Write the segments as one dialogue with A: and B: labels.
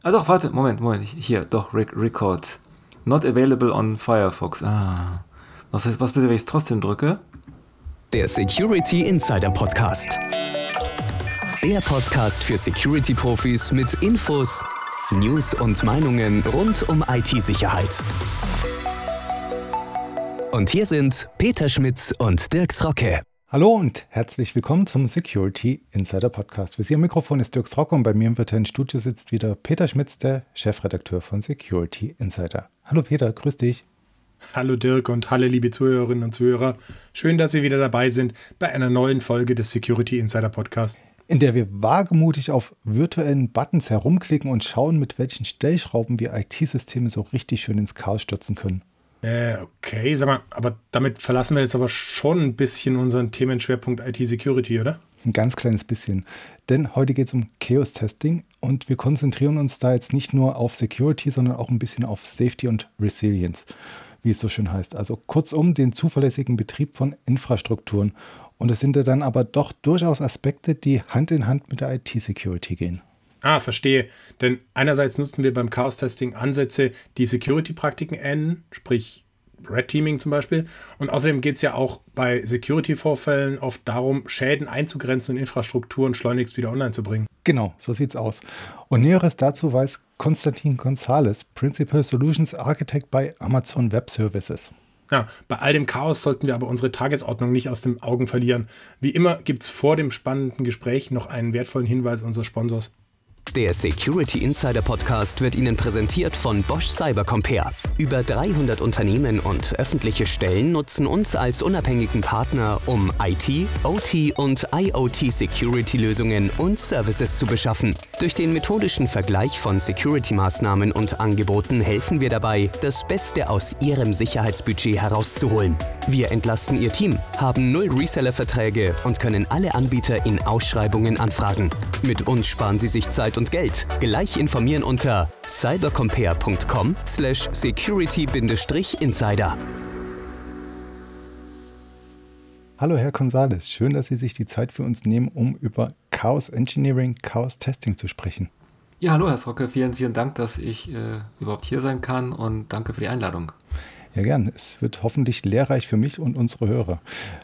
A: Ah doch, warte, Moment. Hier, doch, Record. Not available on Firefox. Ah. Was bitte, wenn ich es trotzdem drücke?
B: Der Security Insider Podcast. Der Podcast für Security-Profis mit Infos, News und Meinungen rund um IT-Sicherheit. Und hier sind Peter Schmitz und Dirks Rocke.
C: Hallo und herzlich willkommen zum Security Insider Podcast. Für Sie am Mikrofon ist Dirks Rocke und bei mir im virtuellen Studio sitzt wieder Peter Schmitz, der Chefredakteur von Security Insider. Hallo Peter, grüß dich.
D: Hallo Dirk und hallo liebe Zuhörerinnen und Zuhörer. Schön, dass Sie wieder dabei sind bei einer neuen Folge des Security Insider Podcast,
C: in der wir wagemutig auf virtuellen Buttons herumklicken und schauen, mit welchen Stellschrauben wir IT-Systeme so richtig schön ins Chaos stürzen können.
D: Okay, sag mal, aber damit verlassen wir jetzt aber schon ein bisschen unseren Themenschwerpunkt IT-Security, oder?
C: Ein ganz kleines bisschen, denn heute geht es um Chaos-Testing und wir konzentrieren uns da jetzt nicht nur auf Security, sondern auch ein bisschen auf Safety und Resilience, wie es so schön heißt. Also kurzum den zuverlässigen Betrieb von Infrastrukturen. Und es sind ja dann aber doch durchaus Aspekte, die Hand in Hand mit der IT-Security gehen.
D: Verstehe. Denn einerseits nutzen wir beim Chaos-Testing Ansätze, die Security-Praktiken ähneln, sprich Red Teaming zum Beispiel. Und außerdem geht es ja auch bei Security-Vorfällen oft darum, Schäden einzugrenzen und Infrastrukturen schleunigst wieder online zu bringen.
C: Genau, so sieht's aus. Und Näheres dazu weiß Konstantin Gonzalez, Principal Solutions Architect bei Amazon Web Services.
D: Ja, bei all dem Chaos sollten wir aber unsere Tagesordnung nicht aus den Augen verlieren. Wie immer gibt es vor dem spannenden Gespräch noch einen wertvollen Hinweis unseres Sponsors.
B: Der Security Insider Podcast wird Ihnen präsentiert von Bosch Cybercompare. Über 300 Unternehmen und öffentliche Stellen nutzen uns als unabhängigen Partner, um IT, OT und IoT-Security-Lösungen und Services zu beschaffen. Durch den methodischen Vergleich von Security-Maßnahmen und Angeboten helfen wir dabei, das Beste aus Ihrem Sicherheitsbudget herauszuholen. Wir entlasten Ihr Team, haben 0 Reseller-Verträge und können alle Anbieter in Ausschreibungen anfragen. Mit uns sparen Sie sich Zeit und Geld. Gleich informieren unter cybercompare.com/security-insider.
C: Hallo Herr Gonzalez, schön, dass Sie sich die Zeit für uns nehmen, um über Chaos Engineering, Chaos Testing zu sprechen.
A: Ja, hallo Herr Rocke, vielen Dank, dass ich überhaupt hier sein kann und danke für die Einladung.
C: Ja, gern. Es wird hoffentlich lehrreich für mich und unsere Hörer.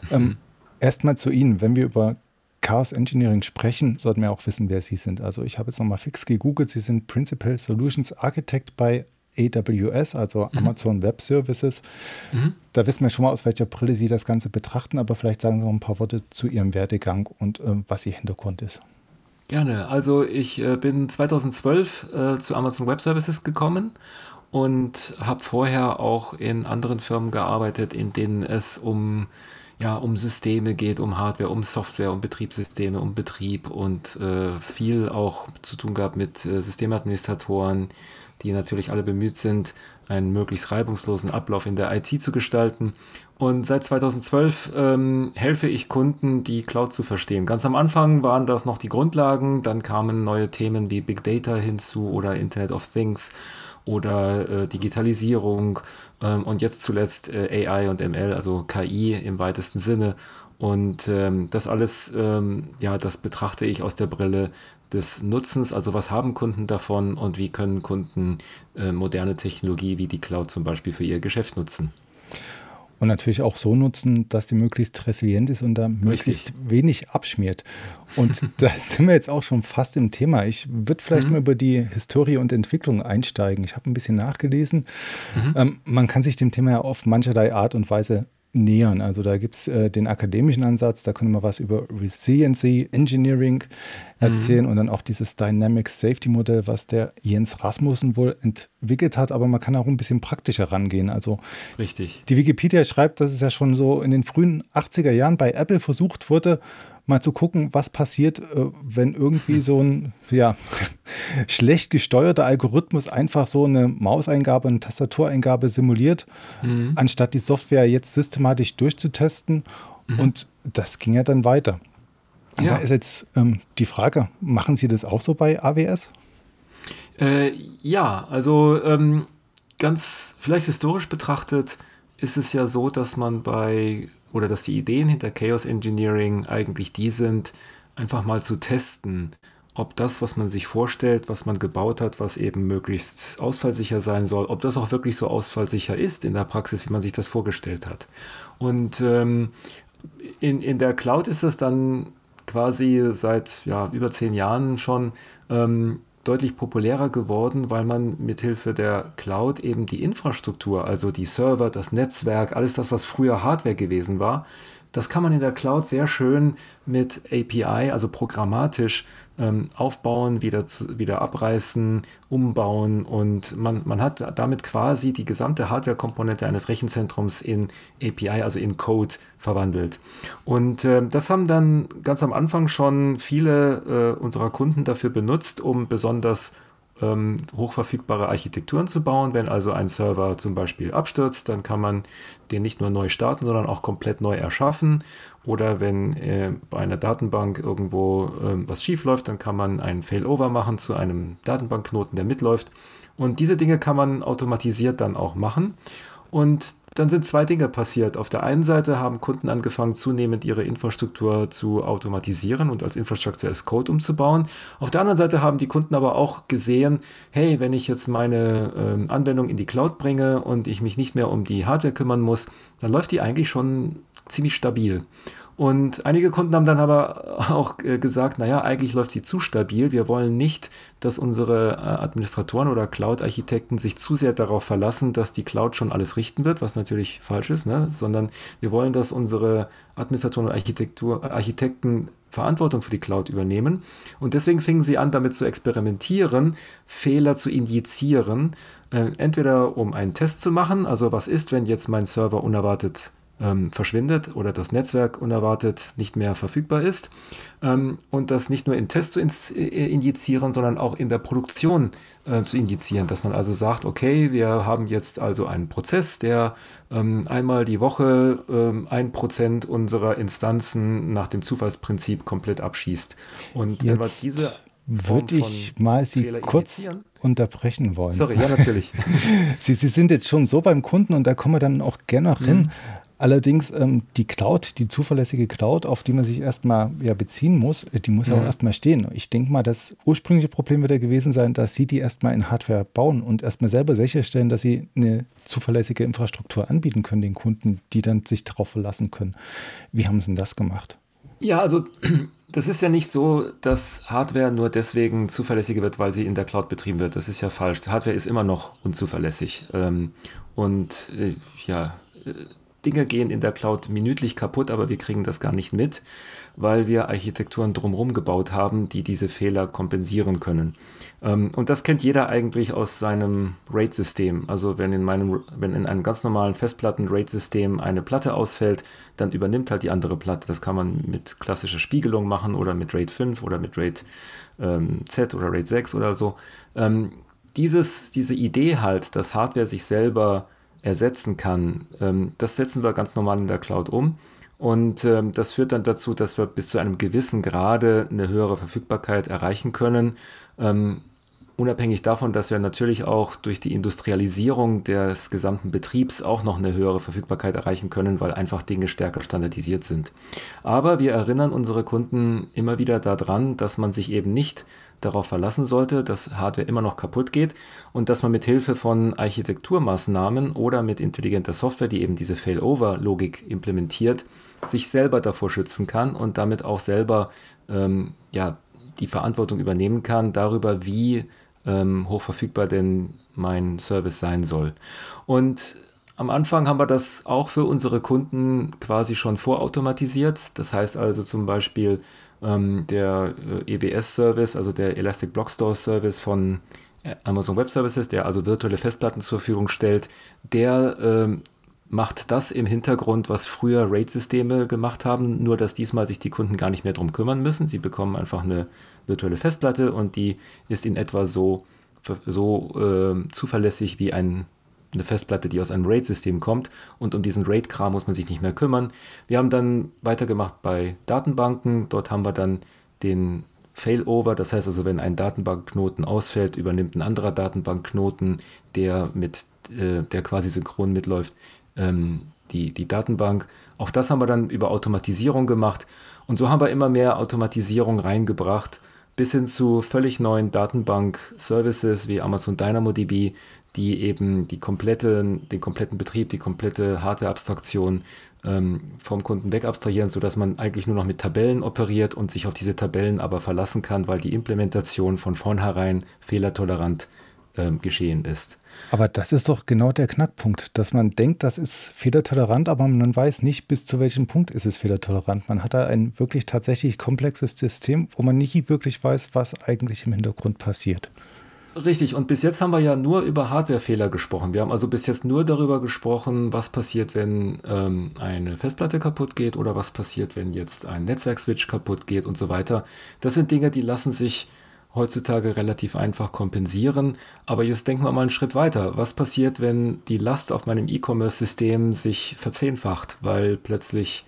C: Erstmal zu Ihnen, wenn wir über Chaos Engineering sprechen, sollten wir auch wissen, wer Sie sind. Also ich habe jetzt nochmal fix gegoogelt. Sie sind Principal Solutions Architect bei AWS, also Amazon Web Services. Da wissen wir schon mal, aus welcher Brille Sie das Ganze betrachten, aber vielleicht sagen Sie noch ein paar Worte zu Ihrem Werdegang und was Ihr Hintergrund ist.
A: Gerne. Also ich bin 2012 zu Amazon Web Services gekommen und habe vorher auch in anderen Firmen gearbeitet, in denen es um Systeme geht, um Hardware, um Software, um Betriebssysteme, um Betrieb und viel auch zu tun gehabt mit Systemadministratoren, die natürlich alle bemüht sind, einen möglichst reibungslosen Ablauf in der IT zu gestalten. Und seit 2012 helfe ich Kunden, die Cloud zu verstehen. Ganz am Anfang waren das noch die Grundlagen, dann kamen neue Themen wie Big Data hinzu oder Internet of Things oder Digitalisierung und jetzt zuletzt AI und ML, also KI im weitesten Sinne. Und das alles, das betrachte ich aus der Brille des Nutzens, also was haben Kunden davon und wie können Kunden moderne Technologie wie die Cloud zum Beispiel für ihr Geschäft nutzen.
C: Und natürlich auch so nutzen, dass die möglichst resilient ist und da möglichst wenig abschmiert. Und da sind wir jetzt auch schon fast im Thema. Ich würde vielleicht mal über die Historie und Entwicklung einsteigen. Ich habe ein bisschen nachgelesen. Man kann sich dem Thema ja auf mancherlei Art und Weise nähern. Also da gibt es den akademischen Ansatz, da können wir was über Resiliency Engineering erzählen und dann auch dieses Dynamic Safety Modell, was der Jens Rasmussen wohl entwickelt hat, aber man kann auch ein bisschen praktischer rangehen. Also
A: richtig.
C: Die Wikipedia schreibt, dass es ja schon so in den frühen 80er Jahren bei Apple versucht wurde, mal zu gucken, was passiert, wenn irgendwie so ein schlecht gesteuerter Algorithmus einfach so eine Mauseingabe, eine Tastatureingabe simuliert, anstatt die Software jetzt systematisch durchzutesten. Und das ging ja dann weiter. Und da ist jetzt die Frage, machen Sie das auch so bei AWS?
A: Also ganz vielleicht historisch betrachtet ist es ja so, dass dass die Ideen hinter Chaos Engineering eigentlich die sind, einfach mal zu testen, ob das, was man sich vorstellt, was man gebaut hat, was eben möglichst ausfallsicher sein soll, ob das auch wirklich so ausfallsicher ist in der Praxis, wie man sich das vorgestellt hat. Und in der Cloud ist das dann quasi seit über 10 Jahren schon deutlich populärer geworden, weil man mithilfe der Cloud eben die Infrastruktur, also die Server, das Netzwerk, alles das, was früher Hardware gewesen war, das kann man in der Cloud sehr schön mit API, also programmatisch aufbauen, wieder abreißen, umbauen, und man hat damit quasi die gesamte Hardware-Komponente eines Rechenzentrums in API, also in Code, verwandelt. Und das haben dann ganz am Anfang schon viele unserer Kunden dafür benutzt, um besonders hochverfügbare Architekturen zu bauen. Wenn also ein Server zum Beispiel abstürzt, dann kann man den nicht nur neu starten, sondern auch komplett neu erschaffen. Oder wenn bei einer Datenbank irgendwo was schief läuft, dann kann man einen Failover machen zu einem Datenbankknoten, der mitläuft. Und diese Dinge kann man automatisiert dann auch machen. Und dann sind 2 Dinge passiert. Auf der einen Seite haben Kunden angefangen, zunehmend ihre Infrastruktur zu automatisieren und als Infrastructure as Code umzubauen. Auf der anderen Seite haben die Kunden aber auch gesehen, hey, wenn ich jetzt meine Anwendung in die Cloud bringe und ich mich nicht mehr um die Hardware kümmern muss, dann läuft die eigentlich schon ziemlich stabil. Und einige Kunden haben dann aber auch gesagt, naja, eigentlich läuft sie zu stabil. Wir wollen nicht, dass unsere Administratoren oder Cloud-Architekten sich zu sehr darauf verlassen, dass die Cloud schon alles richten wird, was natürlich falsch ist, ne? Sondern wir wollen, dass unsere Administratoren und Architekten Verantwortung für die Cloud übernehmen. Und deswegen fingen sie an, damit zu experimentieren, Fehler zu injizieren, entweder um einen Test zu machen, also was ist, wenn jetzt mein Server unerwartet verschwindet oder das Netzwerk unerwartet nicht mehr verfügbar ist, und das nicht nur in Tests zu injizieren, sondern auch in der Produktion zu injizieren, dass man also sagt, okay, wir haben jetzt also einen Prozess, der einmal die Woche 1% unserer Instanzen nach dem Zufallsprinzip komplett abschießt. Und wenn wir diese
C: würde ich mal Sie
A: Fehler
C: kurz unterbrechen wollen.
A: Sorry, ja, natürlich.
C: Sie sind jetzt schon so beim Kunden, und da kommen wir dann auch gerne noch hin. Allerdings die Cloud, die zuverlässige Cloud, auf die man sich erstmal beziehen muss, die muss auch erstmal stehen. Ich denke mal, das ursprüngliche Problem wird ja gewesen sein, dass Sie die erstmal in Hardware bauen und erstmal selber sicherstellen, dass Sie eine zuverlässige Infrastruktur anbieten können den Kunden, die dann sich darauf verlassen können. Wie haben Sie denn das gemacht?
A: Ja, also das ist ja nicht so, dass Hardware nur deswegen zuverlässiger wird, weil sie in der Cloud betrieben wird. Das ist ja falsch. Hardware ist immer noch unzuverlässig. Dinge gehen in der Cloud minütlich kaputt, aber wir kriegen das gar nicht mit, weil wir Architekturen drumherum gebaut haben, die diese Fehler kompensieren können. Und das kennt jeder eigentlich aus seinem RAID-System. Also wenn in einem ganz normalen Festplatten-RAID-System eine Platte ausfällt, dann übernimmt halt die andere Platte. Das kann man mit klassischer Spiegelung machen oder mit RAID 5 oder mit RAID Z oder RAID 6 oder so. Diese Idee halt, dass Hardware sich selber ersetzen kann, das setzen wir ganz normal in der Cloud um. Und das führt dann dazu, dass wir bis zu einem gewissen Grade eine höhere Verfügbarkeit erreichen können. Unabhängig davon, dass wir natürlich auch durch die Industrialisierung des gesamten Betriebs auch noch eine höhere Verfügbarkeit erreichen können, weil einfach Dinge stärker standardisiert sind. Aber wir erinnern unsere Kunden immer wieder daran, dass man sich eben nicht darauf verlassen sollte, dass Hardware immer noch kaputt geht und dass man mit Hilfe von Architekturmaßnahmen oder mit intelligenter Software, die eben diese Failover-Logik implementiert, sich selber davor schützen kann und damit auch selber die Verantwortung übernehmen kann darüber, wie hochverfügbar denn mein Service sein soll. Und am Anfang haben wir das auch für unsere Kunden quasi schon vorautomatisiert. Das heißt also zum Beispiel der EBS-Service, also der Elastic Block Store Service von Amazon Web Services, der also virtuelle Festplatten zur Verfügung stellt, der macht das im Hintergrund, was früher RAID-Systeme gemacht haben, nur dass diesmal sich die Kunden gar nicht mehr drum kümmern müssen. Sie bekommen einfach eine virtuelle Festplatte und die ist in etwa so zuverlässig wie eine Festplatte, die aus einem RAID-System kommt, und um diesen RAID-Kram muss man sich nicht mehr kümmern. Wir haben dann weitergemacht bei Datenbanken. Dort haben wir dann den Failover, das heißt also, wenn ein Datenbankknoten ausfällt, übernimmt ein anderer Datenbankknoten, der quasi synchron mitläuft, die Datenbank. Auch das haben wir dann über Automatisierung gemacht, und so haben wir immer mehr Automatisierung reingebracht, bis hin zu völlig neuen Datenbank-Services wie Amazon DynamoDB, die eben den kompletten Betrieb, die komplette Hardware-Abstraktion vom Kunden weg abstrahieren, sodass man eigentlich nur noch mit Tabellen operiert und sich auf diese Tabellen aber verlassen kann, weil die Implementation von vornherein fehlertolerant geschehen ist.
C: Aber das ist doch genau der Knackpunkt, dass man denkt, das ist fehlertolerant, aber man weiß nicht, bis zu welchem Punkt ist es fehlertolerant. Man hat da ein wirklich tatsächlich komplexes System, wo man nicht wirklich weiß, was eigentlich im Hintergrund passiert.
A: Richtig, und bis jetzt haben wir ja nur über Hardwarefehler gesprochen. Wir haben also bis jetzt nur darüber gesprochen, was passiert, wenn eine Festplatte kaputt geht oder was passiert, wenn jetzt ein Netzwerkswitch kaputt geht und so weiter. Das sind Dinge, die lassen sich heutzutage relativ einfach kompensieren. Aber jetzt denken wir mal einen Schritt weiter. Was passiert, wenn die Last auf meinem E-Commerce-System sich verzehnfacht, weil ich plötzlich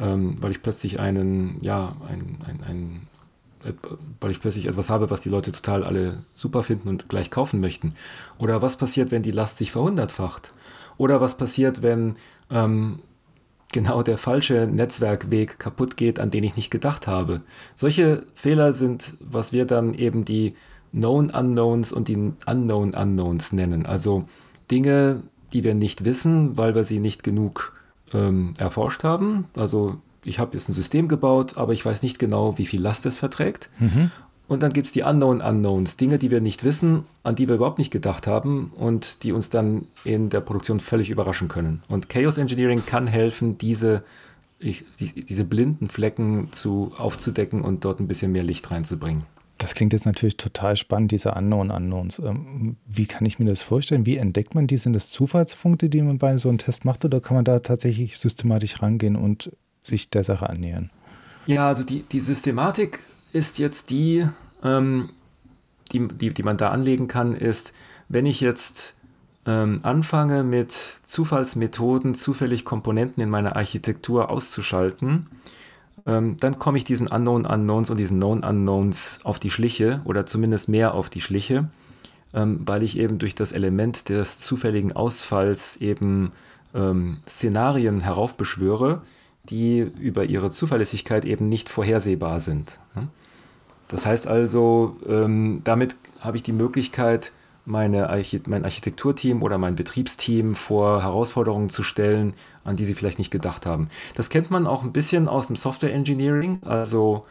A: weil ich plötzlich etwas habe, was die Leute total alle super finden und gleich kaufen möchten? Oder was passiert, wenn die Last sich verhundertfacht? Oder was passiert, wenn genau der falsche Netzwerkweg kaputt geht, an den ich nicht gedacht habe? Solche Fehler sind, was wir dann eben die Known Unknowns und die Unknown Unknowns nennen. Also Dinge, die wir nicht wissen, weil wir sie nicht genug erforscht haben. Also ich habe jetzt ein System gebaut, aber ich weiß nicht genau, wie viel Last es verträgt. Und dann gibt es die Unknown Unknowns, Dinge, die wir nicht wissen, an die wir überhaupt nicht gedacht haben und die uns dann in der Produktion völlig überraschen können. Und Chaos Engineering kann helfen, diese blinden Flecken aufzudecken und dort ein bisschen mehr Licht reinzubringen.
C: Das klingt jetzt natürlich total spannend, diese Unknown Unknowns. Wie kann ich mir das vorstellen? Wie entdeckt man die? Sind das Zufallspunkte, die man bei so einem Test macht, oder kann man da tatsächlich systematisch rangehen und sich der Sache annähern?
A: Ja, also die Systematik ist jetzt die man da anlegen kann, ist, wenn ich jetzt anfange mit Zufallsmethoden, zufällig Komponenten in meiner Architektur auszuschalten, dann komme ich diesen Unknown Unknowns und diesen Known Unknowns auf die Schliche oder zumindest mehr auf die Schliche, weil ich eben durch das Element des zufälligen Ausfalls eben Szenarien heraufbeschwöre, die über ihre Zuverlässigkeit eben nicht vorhersehbar sind. Das heißt also, damit habe ich die Möglichkeit, mein Architekturteam oder mein Betriebsteam vor Herausforderungen zu stellen, an die sie vielleicht nicht gedacht haben. Das kennt man auch ein bisschen aus dem Software Engineering, also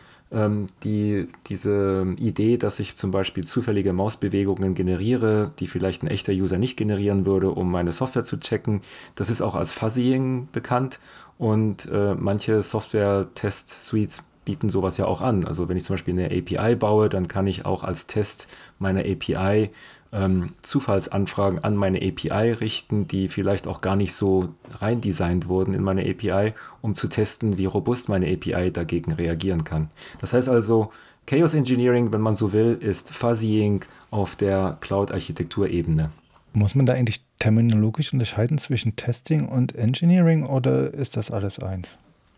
A: diese Idee, dass ich zum Beispiel zufällige Mausbewegungen generiere, die vielleicht ein echter User nicht generieren würde, um meine Software zu checken. Das ist auch als Fuzzying bekannt und manche Software-Test-Suites bieten sowas ja auch an. Also wenn ich zum Beispiel eine API baue, dann kann ich auch als Test meiner API Zufallsanfragen an meine API richten, die vielleicht auch gar nicht so rein designt wurden in meine API, um zu testen, wie robust meine API dagegen reagieren kann. Das heißt also, Chaos Engineering, wenn man so will, ist Fuzzying auf der Cloud-Architekturebene.
C: Muss man da eigentlich terminologisch unterscheiden zwischen Testing und Engineering oder ist das alles eins?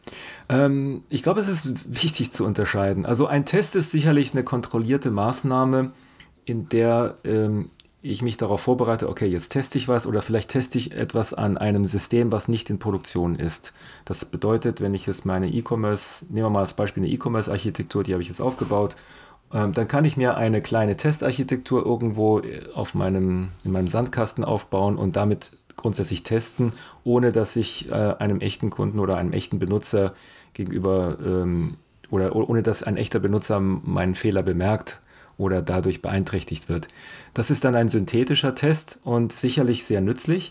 A: Ich glaube, es ist wichtig zu unterscheiden. Also ein Test ist sicherlich eine kontrollierte Maßnahme, in der ich mich darauf vorbereite, okay, jetzt teste ich was oder vielleicht teste ich etwas an einem System, was nicht in Produktion ist. Das bedeutet, wenn ich jetzt meine E-Commerce, nehmen wir mal als Beispiel eine E-Commerce-Architektur, die habe ich jetzt aufgebaut, dann kann ich mir eine kleine Testarchitektur irgendwo in meinem Sandkasten aufbauen und damit grundsätzlich testen, ohne dass ich einem echten Kunden oder einem echten Benutzer gegenüber oder ohne dass ein echter Benutzer meinen Fehler bemerkt oder dadurch beeinträchtigt wird. Das ist dann ein synthetischer Test und sicherlich sehr nützlich.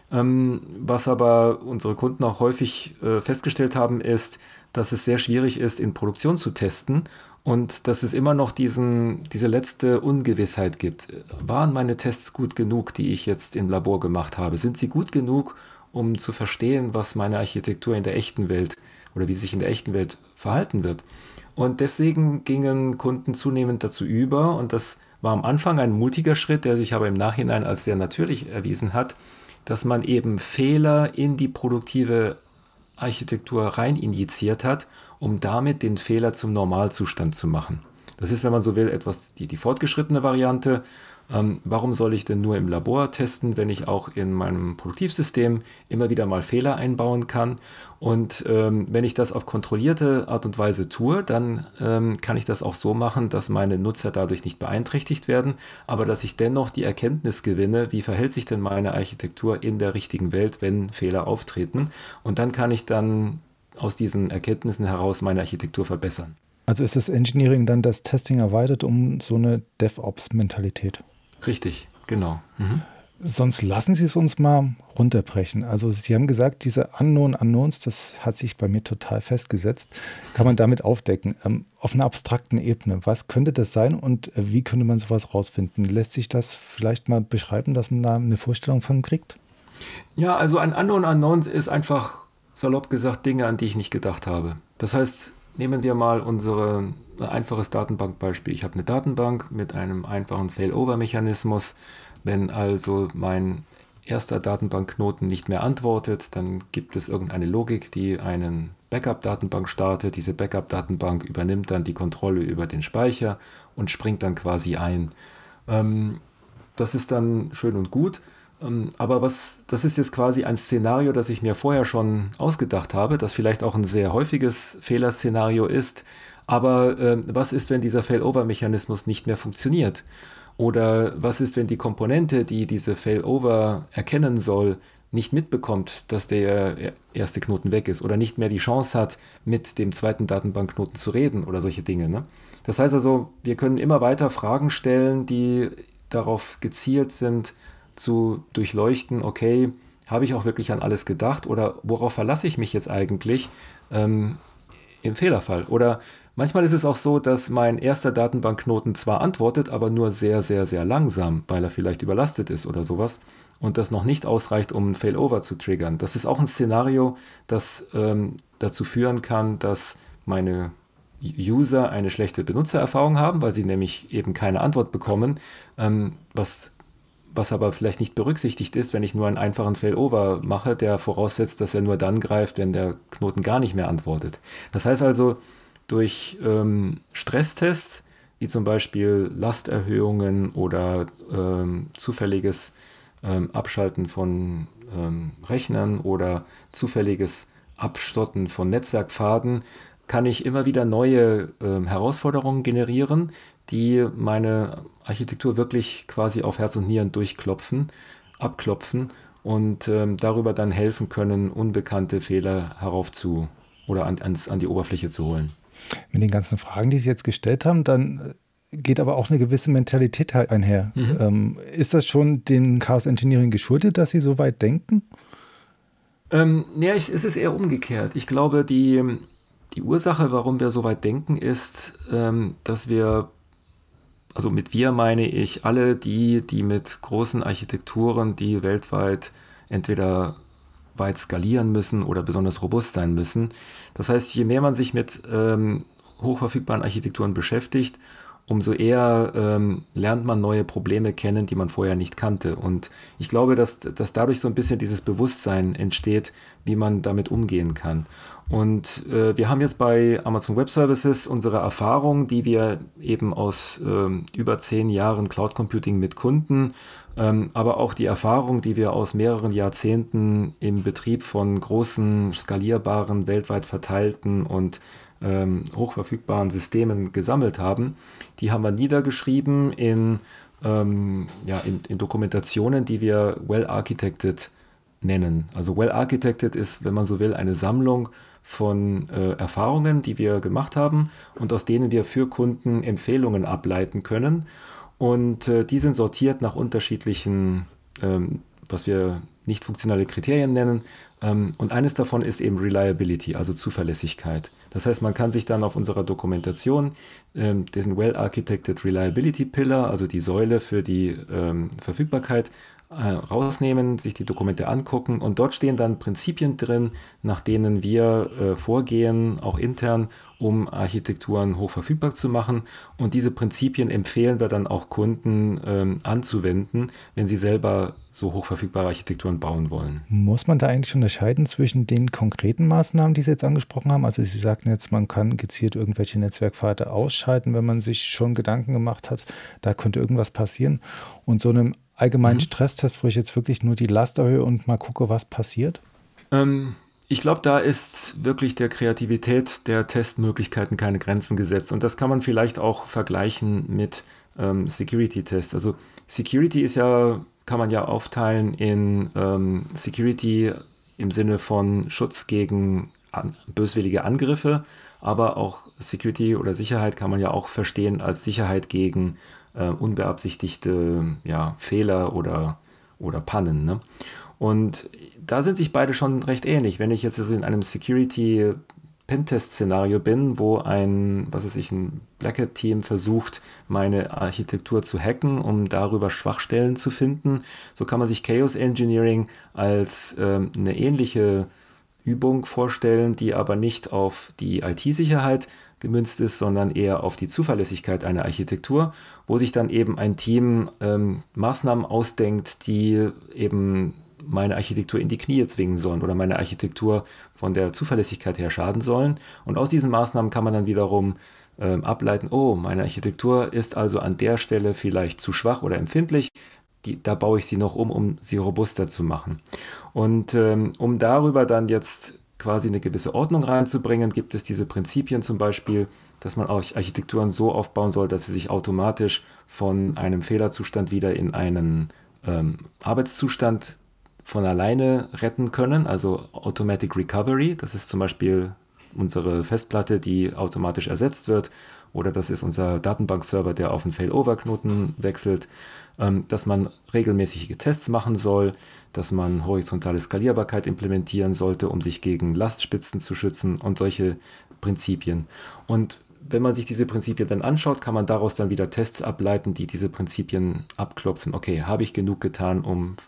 A: Was aber unsere Kunden auch häufig festgestellt haben, ist, dass es sehr schwierig ist, in Produktion zu testen und dass es immer noch diese letzte Ungewissheit gibt. Waren meine Tests gut genug, die ich jetzt im Labor gemacht habe? Sind sie gut genug, um zu verstehen, was meine Architektur in der echten Welt oder wie sie sich in der echten Welt verhalten wird? Und deswegen gingen Kunden zunehmend dazu über, und das war am Anfang ein mutiger Schritt, der sich aber im Nachhinein als sehr natürlich erwiesen hat, dass man eben Fehler in die produktive Architektur rein injiziert hat, um damit den Fehler zum Normalzustand zu machen. Das ist, wenn man so will, etwas die fortgeschrittene Variante. Warum soll ich denn nur im Labor testen, wenn ich auch in meinem Produktivsystem immer wieder mal Fehler einbauen kann? Und wenn ich das auf kontrollierte Art und Weise tue, dann kann ich das auch so machen, dass meine Nutzer dadurch nicht beeinträchtigt werden, aber dass ich dennoch die Erkenntnis gewinne, wie verhält sich denn meine Architektur in der richtigen Welt, wenn Fehler auftreten. Und dann kann ich dann aus diesen Erkenntnissen heraus meine Architektur verbessern.
C: Also ist das Engineering dann das Testing erweitert um so eine DevOps-Mentalität?
A: Richtig, genau.
C: Sonst lassen Sie es uns mal runterbrechen. Also Sie haben gesagt, diese Unknown Unknowns, das hat sich bei mir total festgesetzt, kann man damit aufdecken. Auf einer abstrakten Ebene, was könnte das sein und wie könnte man sowas rausfinden? Lässt sich das vielleicht mal beschreiben, dass man da eine Vorstellung von kriegt?
A: Ja, also ein Unknown Unknown ist einfach, salopp gesagt, Dinge, an die ich nicht gedacht habe. Das heißt, nehmen wir mal ein einfaches Datenbankbeispiel. Ich habe eine Datenbank mit einem einfachen Failover-Mechanismus. Wenn also mein erster Datenbankknoten nicht mehr antwortet, dann gibt es irgendeine Logik, die einen Backup-Datenbank startet. Diese Backup-Datenbank übernimmt dann die Kontrolle über den Speicher und springt dann quasi ein. Das ist dann schön und gut. Aber das ist jetzt quasi ein Szenario, das ich mir vorher schon ausgedacht habe, das vielleicht auch ein sehr häufiges Fehlerszenario ist. Aber was ist, wenn dieser Failover-Mechanismus nicht mehr funktioniert? Oder was ist, wenn die Komponente, die diese Failover erkennen soll, nicht mitbekommt, dass der erste Knoten weg ist oder nicht mehr die Chance hat, mit dem zweiten Datenbankknoten zu reden oder solche Dinge, ne? Das heißt also, wir können immer weiter Fragen stellen, die darauf gezielt sind, zu durchleuchten, okay, habe ich auch wirklich an alles gedacht oder worauf verlasse ich mich jetzt eigentlich im Fehlerfall? Oder manchmal ist es auch so, dass mein erster Datenbankknoten zwar antwortet, aber nur sehr, sehr, sehr langsam, weil er vielleicht überlastet ist oder sowas und das noch nicht ausreicht, um ein Failover zu triggern. Das ist auch ein Szenario, das dazu führen kann, dass meine User eine schlechte Benutzererfahrung haben, weil sie nämlich eben keine Antwort bekommen, was aber vielleicht nicht berücksichtigt ist, wenn ich nur einen einfachen Failover mache, der voraussetzt, dass er nur dann greift, wenn der Knoten gar nicht mehr antwortet. Das heißt also, durch Stresstests, wie zum Beispiel Lasterhöhungen oder zufälliges Abschalten von Rechnern oder zufälliges Abstotten von Netzwerkpfaden, kann ich immer wieder neue Herausforderungen generieren, die meine Architektur wirklich quasi auf Herz und Nieren abklopfen und darüber dann helfen können, unbekannte Fehler an die Oberfläche zu holen.
C: Mit den ganzen Fragen, die Sie jetzt gestellt haben, dann geht aber auch eine gewisse Mentalität einher. Ist das schon dem Chaos Engineering geschuldet, dass Sie so weit denken?
A: Es ist eher umgekehrt. Ich glaube, die Ursache, warum wir so weit denken, ist, dass wir, also mit wir meine ich alle die mit großen Architekturen, die weltweit entweder weit skalieren müssen oder besonders robust sein müssen. Das heißt, je mehr man sich mit hochverfügbaren Architekturen beschäftigt, umso eher lernt man neue Probleme kennen, die man vorher nicht kannte. Und ich glaube, dass dadurch so ein bisschen dieses Bewusstsein entsteht, wie man damit umgehen kann. Und wir haben jetzt bei Amazon Web Services unsere Erfahrung, die wir eben aus über 10 Jahren Cloud Computing mit Kunden, aber auch die Erfahrung, die wir aus mehreren Jahrzehnten im Betrieb von großen, skalierbaren, weltweit verteilten und hochverfügbaren Systemen gesammelt haben, die haben wir niedergeschrieben in Dokumentationen, die wir Well-Architected nennen. Also Well-Architected ist, wenn man so will, eine Sammlung von Erfahrungen, die wir gemacht haben und aus denen wir für Kunden Empfehlungen ableiten können. Und die sind sortiert nach unterschiedlichen, was wir nicht funktionale Kriterien nennen. Und eines davon ist eben Reliability, also Zuverlässigkeit. Das heißt, man kann sich dann auf unserer Dokumentation diesen Well-Architected Reliability Pillar, also die Säule für die Verfügbarkeit, rausnehmen, sich die Dokumente angucken und dort stehen dann Prinzipien drin, nach denen wir vorgehen, auch intern, um Architekturen hochverfügbar zu machen. Und diese Prinzipien empfehlen wir dann auch Kunden anzuwenden, wenn sie selber so hochverfügbare Architekturen bauen wollen.
C: Muss man da eigentlich schon unterscheiden zwischen den konkreten Maßnahmen, die Sie jetzt angesprochen haben? Also Sie sagten jetzt, man kann gezielt irgendwelche Netzwerkpfade ausschalten, wenn man sich schon Gedanken gemacht hat, da könnte irgendwas passieren. Und so einem allgemeinen Stresstest, wo ich jetzt wirklich nur die Last erhöhe und mal gucke, was passiert?
A: Ich glaube, da ist wirklich der Kreativität der Testmöglichkeiten keine Grenzen gesetzt. Und das kann man vielleicht auch vergleichen mit Security-Tests. Also Security kann man ja aufteilen in Security im Sinne von Schutz gegen böswillige Angriffe, aber auch Security oder Sicherheit kann man ja auch verstehen als Sicherheit gegen unbeabsichtigte Fehler oder Pannen, ne? Und da sind sich beide schon recht ähnlich. Wenn ich jetzt also in einem Security-Pentest-Szenario bin, wo ein Black Hat-Team versucht, meine Architektur zu hacken, um darüber Schwachstellen zu finden, so kann man sich Chaos Engineering als eine ähnliche Übung vorstellen, die aber nicht auf die IT-Sicherheit gemünzt ist, sondern eher auf die Zuverlässigkeit einer Architektur, wo sich dann eben ein Team Maßnahmen ausdenkt, die eben meine Architektur in die Knie zwingen sollen oder meine Architektur von der Zuverlässigkeit her schaden sollen. Und aus diesen Maßnahmen kann man dann wiederum ableiten, meine Architektur ist also an der Stelle vielleicht zu schwach oder empfindlich. Da baue ich sie noch um sie robuster zu machen. Und um darüber dann jetzt quasi eine gewisse Ordnung reinzubringen, gibt es diese Prinzipien zum Beispiel, dass man auch Architekturen so aufbauen soll, dass sie sich automatisch von einem Fehlerzustand wieder in einen Arbeitszustand von alleine retten können, also Automatic Recovery. Das ist zum Beispiel unsere Festplatte, die automatisch ersetzt wird, oder das ist unser Datenbankserver, der auf einen Failover-Knoten wechselt, dass man regelmäßige Tests machen soll, dass man horizontale Skalierbarkeit implementieren sollte, um sich gegen Lastspitzen zu schützen und solche Prinzipien. Und wenn man sich diese Prinzipien dann anschaut, kann man daraus dann wieder Tests ableiten, die diese Prinzipien abklopfen. Okay, habe ich genug getan, um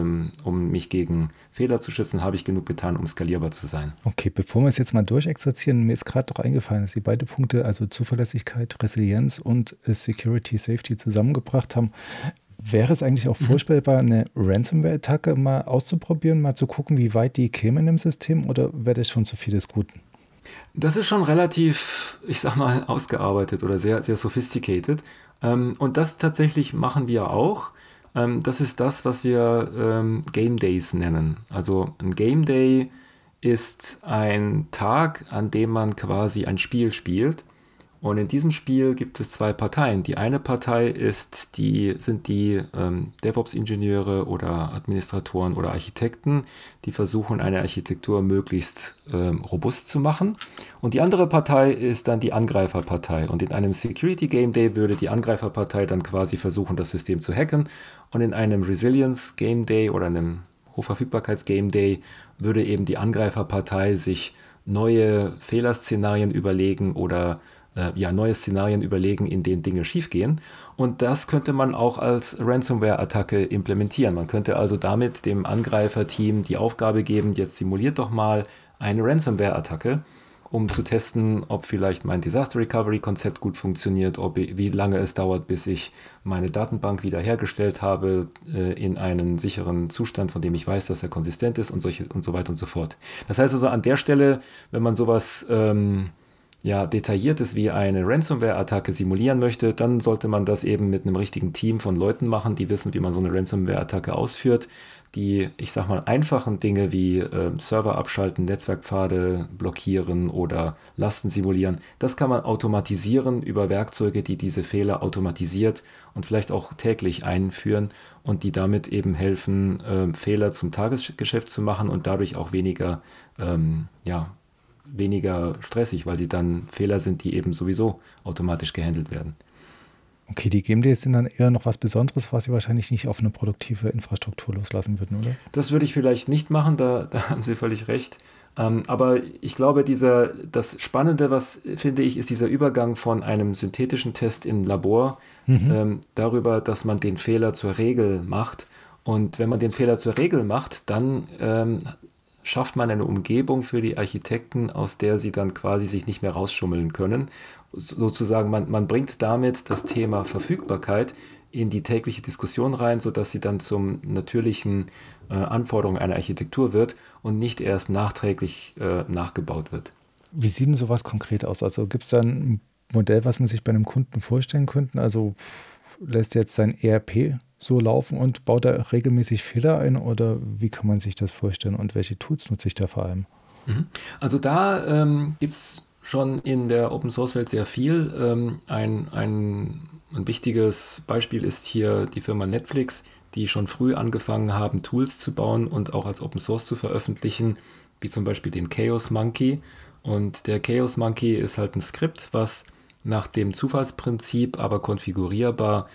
A: mich gegen Fehler zu schützen? Habe ich genug getan, um skalierbar zu sein?
C: Okay, bevor wir es jetzt mal durchexerzieren, mir ist gerade doch eingefallen, dass Sie beide Punkte, also Zuverlässigkeit, Resilienz und Security, Safety zusammengebracht haben. Wäre es eigentlich auch vorstellbar, eine Ransomware-Attacke mal auszuprobieren, mal zu gucken, wie weit die kämen im System, oder wäre das schon zu viel des Guten?
A: Das ist schon relativ, ausgearbeitet oder sehr, sehr sophisticated. Und das tatsächlich machen wir auch. Das ist das, was wir Game Days nennen. Also ein Game Day ist ein Tag, an dem man quasi ein Spiel spielt. Und in diesem Spiel gibt es zwei Parteien. Die eine Partei sind die DevOps-Ingenieure oder Administratoren oder Architekten, die versuchen, eine Architektur möglichst robust zu machen. Und die andere Partei ist dann die Angreiferpartei. Und in einem Security Game Day würde die Angreiferpartei dann quasi versuchen, das System zu hacken. Und in einem Resilience Game Day oder einem Hochverfügbarkeits-Game Day würde eben die Angreiferpartei sich neue Fehlerszenarien überlegen oder neue Szenarien überlegen, in denen Dinge schiefgehen. Und das könnte man auch als Ransomware-Attacke implementieren. Man könnte also damit dem Angreiferteam die Aufgabe geben, jetzt simuliert doch mal eine Ransomware-Attacke, um zu testen, ob vielleicht mein Disaster Recovery-Konzept gut funktioniert, wie lange es dauert, bis ich meine Datenbank wiederhergestellt habe in einen sicheren Zustand, von dem ich weiß, dass er konsistent ist und so weiter und so fort. Das heißt also an der Stelle, wenn man sowas Detailliertes wie eine Ransomware-Attacke simulieren möchte, dann sollte man das eben mit einem richtigen Team von Leuten machen, die wissen, wie man so eine Ransomware-Attacke ausführt. Die, einfachen Dinge wie Server abschalten, Netzwerkpfade blockieren oder Lasten simulieren, das kann man automatisieren über Werkzeuge, die diese Fehler automatisiert und vielleicht auch täglich einführen und die damit eben helfen, Fehler zum Tagesgeschäft zu machen und dadurch auch weniger stressig, weil sie dann Fehler sind, die eben sowieso automatisch gehandelt werden.
C: Okay, die Game Days sind dann eher noch was Besonderes, was Sie wahrscheinlich nicht auf eine produktive Infrastruktur loslassen würden, oder?
A: Das würde ich vielleicht nicht machen, da haben Sie völlig recht. Aber ich glaube, das Spannende, was finde ich, ist dieser Übergang von einem synthetischen Test im Labor darüber, dass man den Fehler zur Regel macht. Und wenn man den Fehler zur Regel macht, dann schafft man eine Umgebung für die Architekten, aus der sie dann quasi sich nicht mehr rausschummeln können. Sozusagen, man bringt damit das Thema Verfügbarkeit in die tägliche Diskussion rein, sodass sie dann zum natürlichen Anforderung einer Architektur wird und nicht erst nachträglich nachgebaut wird.
C: Wie sieht denn sowas konkret aus? Also gibt es da ein Modell, was man sich bei einem Kunden vorstellen könnte? Also lässt jetzt sein ERP so laufen und baut da regelmäßig Fehler ein oder wie kann man sich das vorstellen und welche Tools nutze ich da vor allem?
A: Also da gibt es schon in der Open-Source-Welt sehr viel. Ein wichtiges Beispiel ist hier die Firma Netflix, die schon früh angefangen haben, Tools zu bauen und auch als Open-Source zu veröffentlichen, wie zum Beispiel den Chaos Monkey. Und der Chaos Monkey ist halt ein Skript, was nach dem Zufallsprinzip, aber konfigurierbar,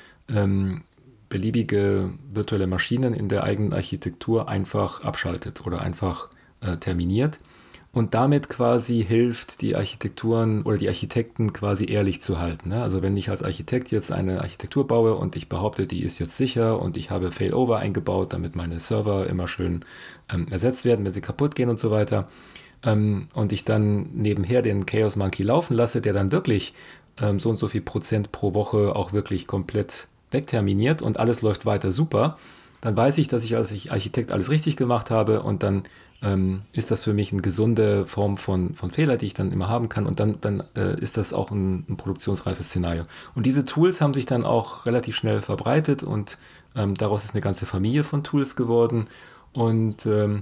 A: beliebige virtuelle Maschinen in der eigenen Architektur einfach abschaltet oder einfach terminiert und damit quasi hilft, die Architekturen oder die Architekten quasi ehrlich zu halten. Ne? Also wenn ich als Architekt jetzt eine Architektur baue und ich behaupte, die ist jetzt sicher und ich habe Failover eingebaut, damit meine Server immer schön ersetzt werden, wenn sie kaputt gehen und so weiter, und ich dann nebenher den Chaos Monkey laufen lasse, der dann wirklich so und so viel Prozent pro Woche auch wirklich komplett wegterminiert und alles läuft weiter super, dann weiß ich, dass ich als Architekt alles richtig gemacht habe und dann ist das für mich eine gesunde Form von Fehler, die ich dann immer haben kann und dann ist das auch ein produktionsreifes Szenario. Und diese Tools haben sich dann auch relativ schnell verbreitet und daraus ist eine ganze Familie von Tools geworden und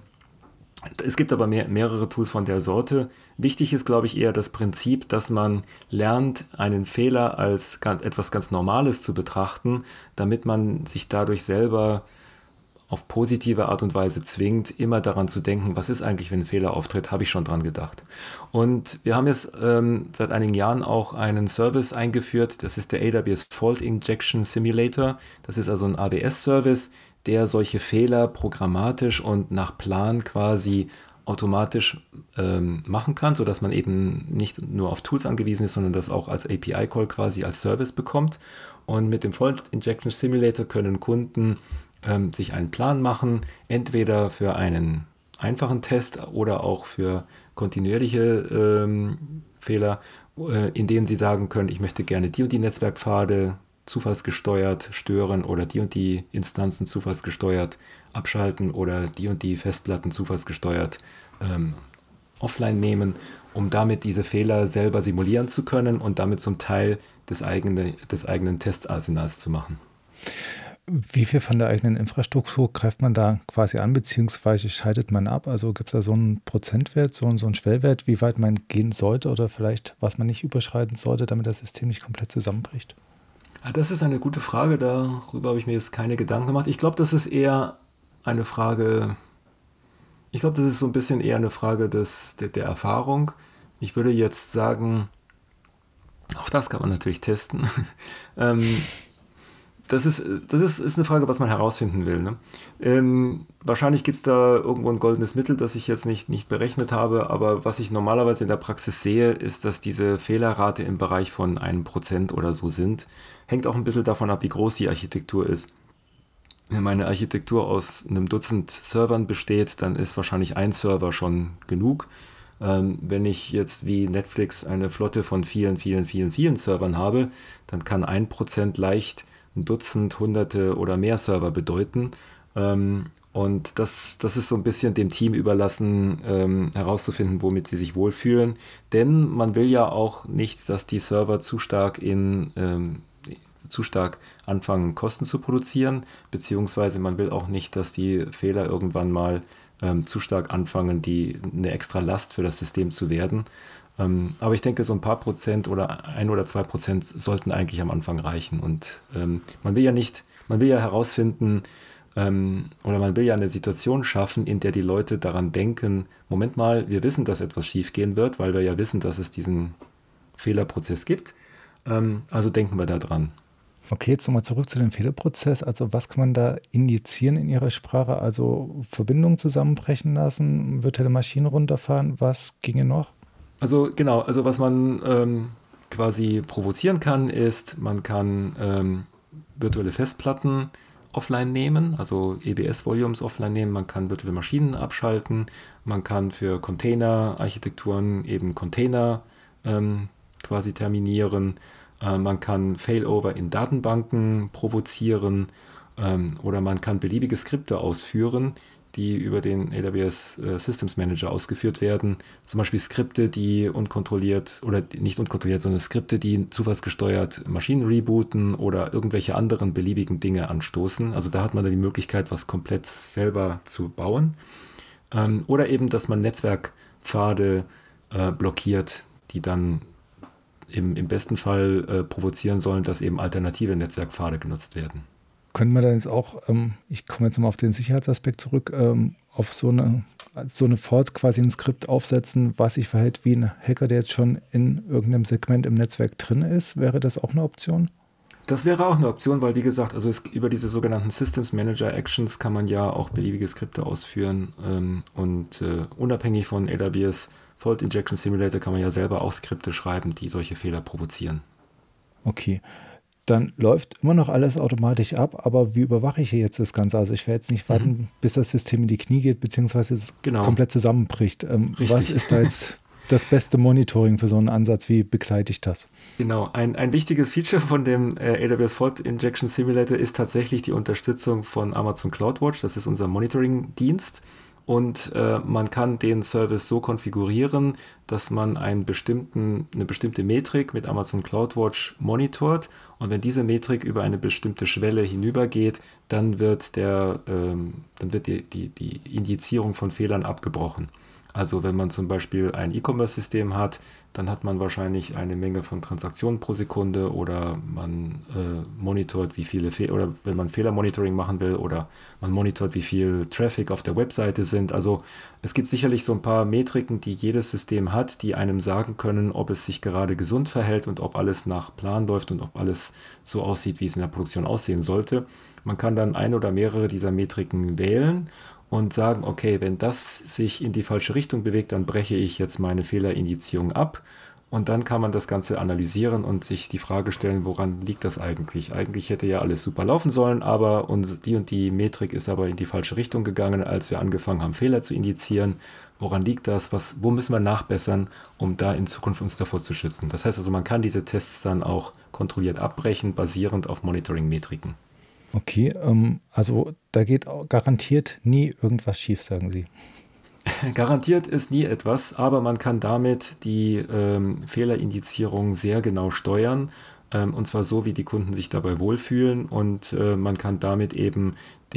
A: es gibt aber mehrere Tools von der Sorte. Wichtig ist, glaube ich, eher das Prinzip, dass man lernt, einen Fehler als etwas ganz Normales zu betrachten, damit man sich dadurch selber auf positive Art und Weise zwingt, immer daran zu denken, was ist eigentlich, wenn ein Fehler auftritt, habe ich schon dran gedacht. Und wir haben jetzt seit einigen Jahren auch einen Service eingeführt, das ist der AWS Fault Injection Simulator. Das ist also ein AWS-Service, der solche Fehler programmatisch und nach Plan quasi automatisch machen kann, sodass man eben nicht nur auf Tools angewiesen ist, sondern das auch als API-Call quasi als Service bekommt. Und mit dem Fault Injection Simulator können Kunden sich einen Plan machen, entweder für einen einfachen Test oder auch für kontinuierliche Fehler, in denen sie sagen können, ich möchte gerne die und die Netzwerkpfade zufallsgesteuert stören oder die und die Instanzen zufallsgesteuert abschalten oder die und die Festplatten zufallsgesteuert offline nehmen, um damit diese Fehler selber simulieren zu können und damit zum Teil des eigenen Testarsenals zu machen.
C: Wie viel von der eigenen Infrastruktur greift man da quasi an, beziehungsweise schaltet man ab? Also gibt es da so einen Prozentwert, so einen Schwellwert, wie weit man gehen sollte oder vielleicht, was man nicht überschreiten sollte, damit das System nicht komplett zusammenbricht?
A: Das ist eine gute Frage, darüber habe ich mir jetzt keine Gedanken gemacht. Ich glaube, das ist eher eine Frage, das ist so ein bisschen eher eine Frage der Erfahrung. Ich würde jetzt sagen, auch das kann man natürlich testen. Das ist eine Frage, was man herausfinden will. Ne? Wahrscheinlich gibt es da irgendwo ein goldenes Mittel, das ich jetzt nicht berechnet habe, aber was ich normalerweise in der Praxis sehe, ist, dass diese Fehlerrate im Bereich von 1% oder so sind. Hängt auch ein bisschen davon ab, wie groß die Architektur ist. Wenn meine Architektur aus einem Dutzend Servern besteht, dann ist wahrscheinlich ein Server schon genug. Wenn ich jetzt wie Netflix eine Flotte von vielen Servern habe, dann kann 1% leicht ein Dutzend, Hunderte oder mehr Server bedeuten. Und das ist so ein bisschen dem Team überlassen, herauszufinden, womit sie sich wohlfühlen. Denn man will ja auch nicht, dass die Server zu stark anfangen, Kosten zu produzieren, beziehungsweise man will auch nicht, dass die Fehler irgendwann mal zu stark anfangen, eine extra Last für das System zu werden. Aber ich denke, so ein paar Prozent oder 1 oder 2% sollten eigentlich am Anfang reichen. Und man will ja herausfinden, oder man will ja eine Situation schaffen, in der die Leute daran denken, Moment mal, wir wissen, dass etwas schiefgehen wird, weil wir ja wissen, dass es diesen Fehlerprozess gibt. Also denken wir da dran.
C: Okay, jetzt nochmal zurück zu dem Fehlerprozess. Also was kann man da injizieren in Ihrer Sprache? Also Verbindungen zusammenbrechen lassen, virtuelle Maschinen runterfahren, was ginge noch?
A: Also genau, also was man quasi provozieren kann, ist, man kann virtuelle Festplatten offline nehmen, also EBS-Volumes offline nehmen, man kann virtuelle Maschinen abschalten, man kann für Container-Architekturen eben Container quasi terminieren, Man kann Failover in Datenbanken provozieren oder man kann beliebige Skripte ausführen, die über den AWS Systems Manager ausgeführt werden. Zum Beispiel Skripte, die unkontrolliert oder nicht unkontrolliert, sondern Skripte, die zufallsgesteuert Maschinen rebooten oder irgendwelche anderen beliebigen Dinge anstoßen. Also da hat man dann die Möglichkeit, was komplett selber zu bauen. Oder eben, dass man Netzwerkpfade blockiert, die dann im besten Fall provozieren sollen, dass eben alternative Netzwerkpfade genutzt werden.
C: Können wir dann jetzt auch, ich komme jetzt mal auf den Sicherheitsaspekt zurück, auf so eine Fault quasi ein Skript aufsetzen, was sich verhält wie ein Hacker, der jetzt schon in irgendeinem Segment im Netzwerk drin ist? Wäre das auch eine Option?
A: Das wäre auch eine Option, weil wie gesagt, also über diese sogenannten Systems Manager Actions kann man ja auch beliebige Skripte ausführen und unabhängig von AWS Fault Injection Simulator kann man ja selber auch Skripte schreiben, die solche Fehler provozieren.
C: Okay. Dann läuft immer noch alles automatisch ab, aber wie überwache ich jetzt das Ganze? Also ich werde jetzt nicht warten, bis das System in die Knie geht, beziehungsweise es komplett zusammenbricht. Was ist da jetzt das beste Monitoring für so einen Ansatz? Wie begleite ich das?
A: Genau, ein wichtiges Feature von dem AWS Fault Injection Simulator ist tatsächlich die Unterstützung von Amazon CloudWatch. Das ist unser Monitoring-Dienst. Und man kann den Service so konfigurieren, dass man eine bestimmte Metrik mit Amazon CloudWatch monitort. Und wenn diese Metrik über eine bestimmte Schwelle hinübergeht, dann wird die Indizierung von Fehlern abgebrochen. Also wenn man zum Beispiel ein E-Commerce-System hat, dann hat man wahrscheinlich eine Menge von Transaktionen pro Sekunde oder man monitort, wie viele oder wenn man Fehlermonitoring machen will oder man monitort, wie viel Traffic auf der Webseite sind. Also es gibt sicherlich so ein paar Metriken, die jedes System hat, die einem sagen können, ob es sich gerade gesund verhält und ob alles nach Plan läuft und ob alles so aussieht, wie es in der Produktion aussehen sollte. Man kann dann eine oder mehrere dieser Metriken wählen und sagen, okay, wenn das sich in die falsche Richtung bewegt, dann breche ich jetzt meine Fehlerindizierung ab. Und dann kann man das Ganze analysieren und sich die Frage stellen, woran liegt das eigentlich? Eigentlich hätte ja alles super laufen sollen, aber die und die Metrik ist aber in die falsche Richtung gegangen, als wir angefangen haben, Fehler zu indizieren. Woran liegt das? Wo müssen wir nachbessern, um da in Zukunft uns davor zu schützen? Das heißt also, man kann diese Tests dann auch kontrolliert abbrechen, basierend auf Monitoring-Metriken.
C: Okay, also da geht garantiert nie irgendwas schief, sagen Sie.
A: Garantiert ist nie etwas, aber man kann damit die Fehlerindizierung sehr genau steuern, und zwar so, wie die Kunden sich dabei wohlfühlen und man kann damit eben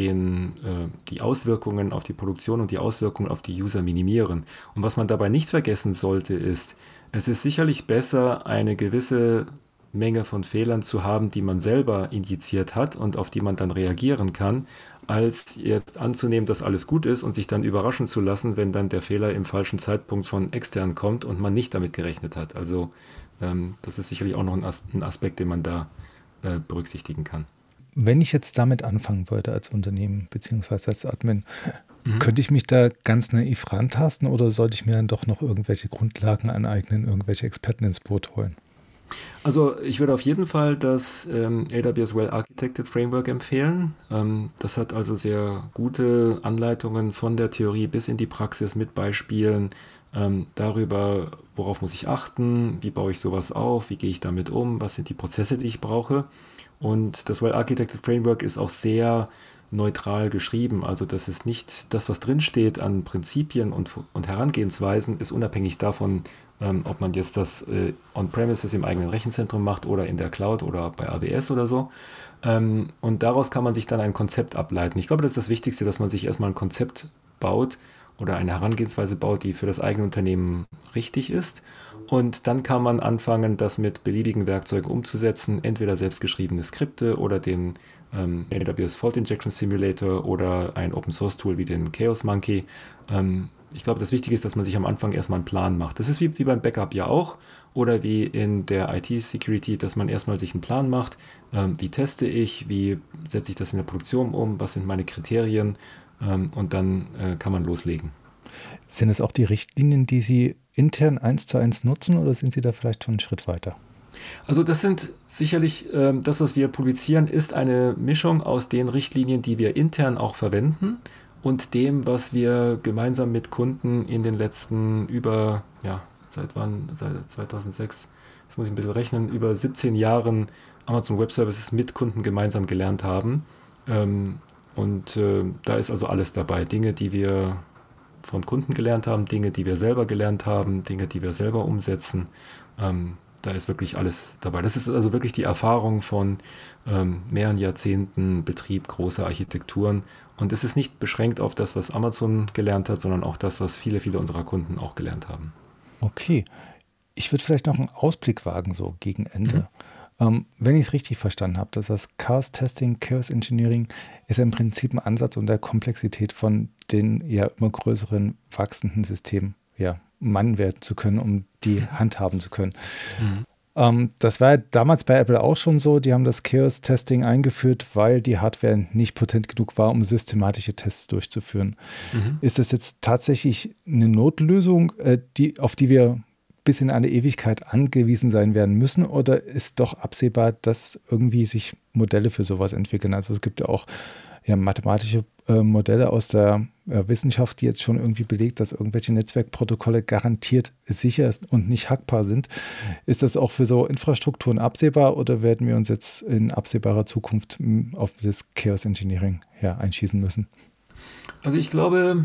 A: die Auswirkungen auf die Produktion und die Auswirkungen auf die User minimieren. Und was man dabei nicht vergessen sollte, ist, es ist sicherlich besser, eine gewisse Menge von Fehlern zu haben, die man selber indiziert hat und auf die man dann reagieren kann, als jetzt anzunehmen, dass alles gut ist und sich dann überraschen zu lassen, wenn dann der Fehler im falschen Zeitpunkt von extern kommt und man nicht damit gerechnet hat. Also das ist sicherlich auch noch ein Aspekt, den man da berücksichtigen kann.
C: Wenn ich jetzt damit anfangen würde als Unternehmen beziehungsweise als Admin, könnte ich mich da ganz naiv rantasten oder sollte ich mir dann doch noch irgendwelche Grundlagen aneignen, irgendwelche Experten ins Boot holen?
A: Also ich würde auf jeden Fall das AWS Well-Architected Framework empfehlen. Das hat also sehr gute Anleitungen von der Theorie bis in die Praxis mit Beispielen darüber, worauf muss ich achten, wie baue ich sowas auf, wie gehe ich damit um, was sind die Prozesse, die ich brauche. Und das Well-Architected Framework ist auch sehr neutral geschrieben. Also das ist nicht das, was drinsteht an Prinzipien und Herangehensweisen, ist unabhängig davon, ob man jetzt das on-premises im eigenen Rechenzentrum macht oder in der Cloud oder bei AWS oder so. Und daraus kann man sich dann ein Konzept ableiten. Ich glaube, das ist das Wichtigste, dass man sich erstmal ein Konzept baut oder eine Herangehensweise baut, die für das eigene Unternehmen richtig ist. Und dann kann man anfangen, das mit beliebigen Werkzeugen umzusetzen, entweder selbstgeschriebene Skripte oder den AWS Fault Injection Simulator oder ein Open Source Tool wie den Chaos Monkey. Ich glaube, das Wichtige ist, dass man sich am Anfang erstmal einen Plan macht. Das ist wie beim Backup ja auch oder wie in der IT-Security, dass man erstmal sich einen Plan macht. Wie teste ich, wie setze ich das in der Produktion um, was sind meine Kriterien und dann kann man loslegen.
C: Sind es auch die Richtlinien, die Sie intern 1:1 nutzen oder sind Sie da vielleicht schon einen Schritt weiter?
A: Also das sind sicherlich, das, was wir publizieren, ist eine Mischung aus den Richtlinien, die wir intern auch verwenden und dem, was wir gemeinsam mit Kunden in den letzten seit 2006 das muss ich ein bisschen rechnen, über 17 Jahren Amazon Web Services mit Kunden gemeinsam gelernt haben. Da ist also alles dabei. Dinge, die wir von Kunden gelernt haben, Dinge, die wir selber gelernt haben, Dinge, die wir selber umsetzen. Da ist wirklich alles dabei. Das ist also wirklich die Erfahrung von mehreren Jahrzehnten Betrieb großer Architekturen. Und es ist nicht beschränkt auf das, was Amazon gelernt hat, sondern auch das, was viele, viele unserer Kunden auch gelernt haben.
C: Okay. Ich würde vielleicht noch einen Ausblick wagen, so gegen Ende. Wenn ich es richtig verstanden habe, dass das Chaos Testing, Chaos Engineering ist im Prinzip ein Ansatz, um der Komplexität von den ja immer größeren wachsenden Systemen Mann werden zu können, um die handhaben zu können. Das war damals bei Apple auch schon so. Die haben das Chaos Testing eingeführt, weil die Hardware nicht potent genug war, um systematische Tests durchzuführen. Ist das jetzt tatsächlich eine Notlösung, auf die wir bis in eine Ewigkeit angewiesen sein werden müssen, oder ist doch absehbar, dass irgendwie sich Modelle für sowas entwickeln? Also es gibt ja auch mathematische Modelle aus der Wissenschaft, die jetzt schon irgendwie belegt, dass irgendwelche Netzwerkprotokolle garantiert sicher und nicht hackbar sind. Ist das auch für so Infrastrukturen absehbar, oder werden wir uns jetzt in absehbarer Zukunft auf das Chaos Engineering einschießen müssen?
A: Also ich glaube,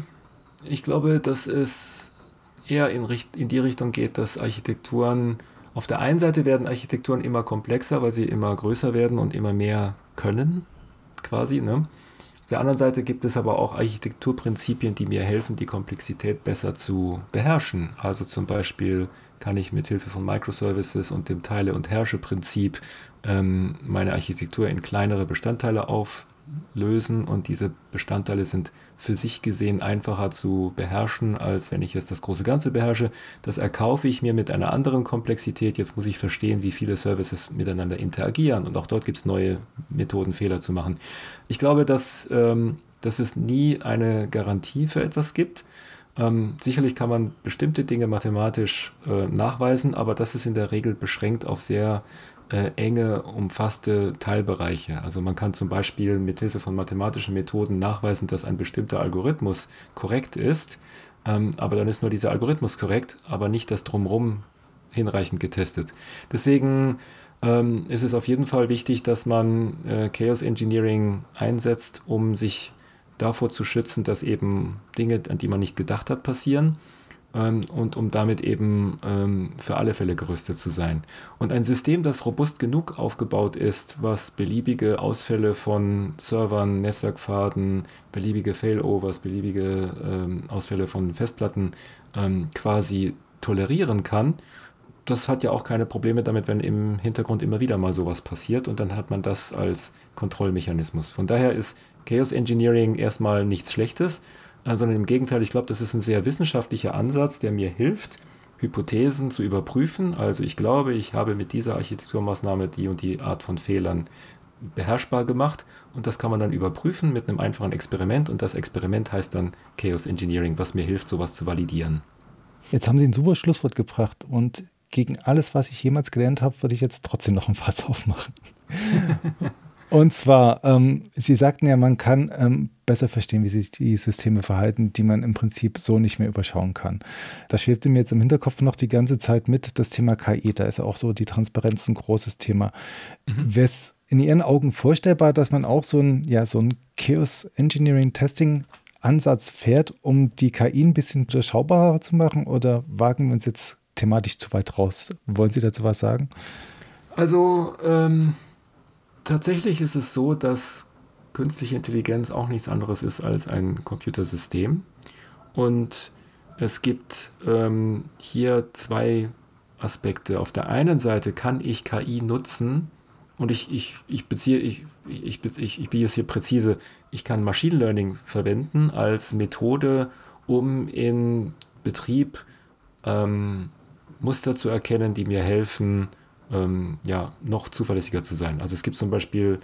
A: dass es eher in die Richtung geht, dass Architekturen, auf der einen Seite werden Architekturen immer komplexer, weil sie immer größer werden und immer mehr können, quasi, ne? Auf der anderen Seite gibt es aber auch Architekturprinzipien, die mir helfen, die Komplexität besser zu beherrschen. Also zum Beispiel kann ich mit Hilfe von Microservices und dem Teile- und Herrsche-Prinzip meine Architektur in kleinere Bestandteile auflösen, und diese Bestandteile sind für sich gesehen einfacher zu beherrschen, als wenn ich jetzt das große Ganze beherrsche. Das erkaufe ich mir mit einer anderen Komplexität. Jetzt muss ich verstehen, wie viele Services miteinander interagieren, und auch dort gibt es neue Methoden, Fehler zu machen. Ich glaube, dass es nie eine Garantie für etwas gibt. Sicherlich kann man bestimmte Dinge mathematisch nachweisen, aber das ist in der Regel beschränkt auf sehr enge, umfasste Teilbereiche. Also man kann zum Beispiel mit Hilfe von mathematischen Methoden nachweisen, dass ein bestimmter Algorithmus korrekt ist, aber dann ist nur dieser Algorithmus korrekt, aber nicht das Drumherum hinreichend getestet. Deswegen ist es auf jeden Fall wichtig, dass man Chaos Engineering einsetzt, um sich davor zu schützen, dass eben Dinge, an die man nicht gedacht hat, passieren, und um damit eben für alle Fälle gerüstet zu sein. Und ein System, das robust genug aufgebaut ist, was beliebige Ausfälle von Servern, Netzwerkpfaden, beliebige Failovers, beliebige Ausfälle von Festplatten quasi tolerieren kann, das hat ja auch keine Probleme damit, wenn im Hintergrund immer wieder mal sowas passiert, und dann hat man das als Kontrollmechanismus. Von daher ist Chaos Engineering erstmal nichts Schlechtes, sondern im Gegenteil, ich glaube, das ist ein sehr wissenschaftlicher Ansatz, der mir hilft, Hypothesen zu überprüfen. Also ich glaube, ich habe mit dieser Architekturmaßnahme die und die Art von Fehlern beherrschbar gemacht, und das kann man dann überprüfen mit einem einfachen Experiment, und das Experiment heißt dann Chaos Engineering, was mir hilft, sowas zu validieren.
C: Jetzt haben Sie ein super Schlusswort gebracht, und gegen alles, was ich jemals gelernt habe, würde ich jetzt trotzdem noch ein Fass aufmachen. Und zwar, Sie sagten ja, man kann besser verstehen, wie sich die Systeme verhalten, die man im Prinzip so nicht mehr überschauen kann. Da schwebte mir jetzt im Hinterkopf noch die ganze Zeit mit das Thema KI. Da ist auch so die Transparenz ein großes Thema. Wäre es in Ihren Augen vorstellbar, dass man auch so ein Chaos Engineering Testing Ansatz fährt, um die KI ein bisschen durchschaubarer zu machen, oder wagen wir uns jetzt thematisch zu weit raus? Wollen Sie dazu was sagen?
A: Also tatsächlich ist es so, dass künstliche Intelligenz auch nichts anderes ist als ein Computersystem. Und es gibt hier zwei Aspekte. Auf der einen Seite kann ich KI nutzen, und ich bin jetzt hier präzise, ich kann Machine Learning verwenden als Methode, um in Betrieb Muster zu erkennen, die mir helfen, noch zuverlässiger zu sein. Also es gibt zum Beispiel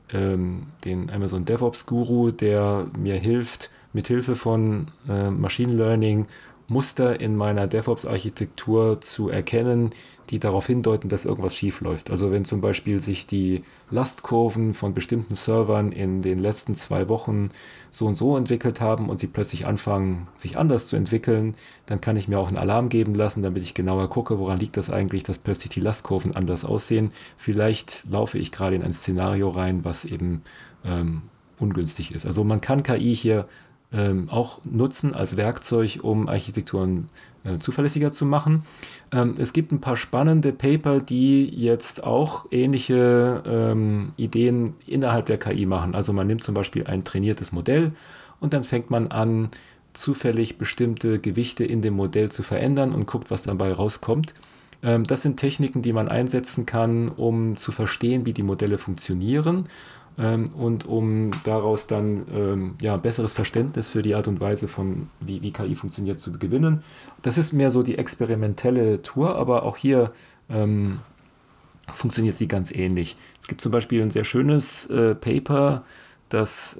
A: den Amazon DevOps Guru, der mir hilft, mit Hilfe von Machine Learning Muster in meiner DevOps-Architektur zu erkennen, die darauf hindeuten, dass irgendwas schief läuft. Also wenn zum Beispiel sich die Lastkurven von bestimmten Servern in den letzten 2 Wochen so und so entwickelt haben und sie plötzlich anfangen, sich anders zu entwickeln, dann kann ich mir auch einen Alarm geben lassen, damit ich genauer gucke, woran liegt das eigentlich, dass plötzlich die Lastkurven anders aussehen. Vielleicht laufe ich gerade in ein Szenario rein, was eben ungünstig ist. Also man kann KI hier auch nutzen als Werkzeug, um Architekturen zuverlässiger zu machen. Es gibt ein paar spannende Paper, die jetzt auch ähnliche Ideen innerhalb der KI machen. Also man nimmt zum Beispiel ein trainiertes Modell und dann fängt man an, zufällig bestimmte Gewichte in dem Modell zu verändern und guckt, was dabei rauskommt. Das sind Techniken, die man einsetzen kann, um zu verstehen, wie die Modelle funktionieren. Und um daraus dann besseres Verständnis für die Art und Weise von wie KI funktioniert zu gewinnen. Das ist mehr so die experimentelle Tour, aber auch hier funktioniert sie ganz ähnlich. Es gibt zum Beispiel ein sehr schönes Paper, das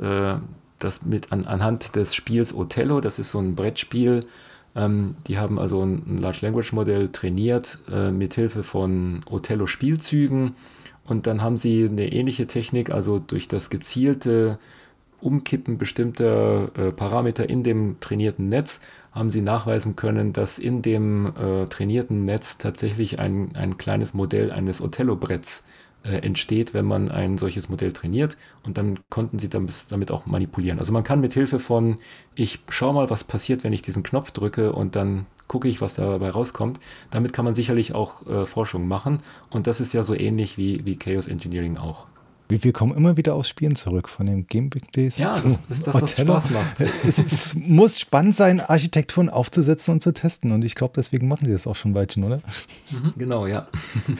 A: anhand des Spiels Othello, das ist so ein Brettspiel, die haben also ein Large Language Modell trainiert mit Hilfe von Othello-Spielzügen. Und dann haben sie eine ähnliche Technik, also durch das gezielte Umkippen bestimmter Parameter in dem trainierten Netz, haben sie nachweisen können, dass in dem trainierten Netz tatsächlich ein kleines Modell eines Othello-Bretts entsteht, wenn man ein solches Modell trainiert. Und dann konnten sie damit auch manipulieren. Also man kann mit Hilfe von, ich schau mal, was passiert, wenn ich diesen Knopf drücke und dann gucke ich, was dabei rauskommt. Damit kann man sicherlich auch Forschung machen. Und das ist ja so ähnlich wie Chaos Engineering auch.
C: Wir kommen immer wieder aufs Spielen zurück, von dem Game Big Days
A: ja,
C: zu
A: das ist das, was
C: Othello.
A: Spaß macht.
C: Es muss spannend sein, Architekturen aufzusetzen und zu testen. Und ich glaube, deswegen machen sie das auch schon ein Weilchen, oder?
A: Genau, ja.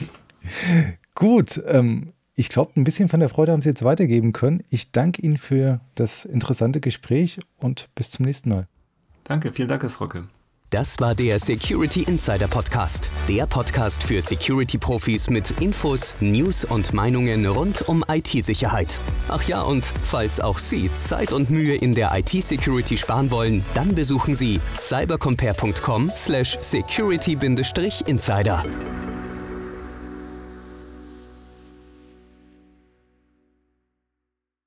C: Gut, ich glaube, ein bisschen von der Freude haben Sie jetzt weitergeben können. Ich danke Ihnen für das interessante Gespräch und bis zum nächsten Mal.
A: Danke, vielen Dank, Rocke.
B: Das war der Security Insider Podcast. Der Podcast für Security-Profis mit Infos, News und Meinungen rund um IT-Sicherheit. Ach ja, und falls auch Sie Zeit und Mühe in der IT-Security sparen wollen, dann besuchen Sie cybercompare.com/security-insider.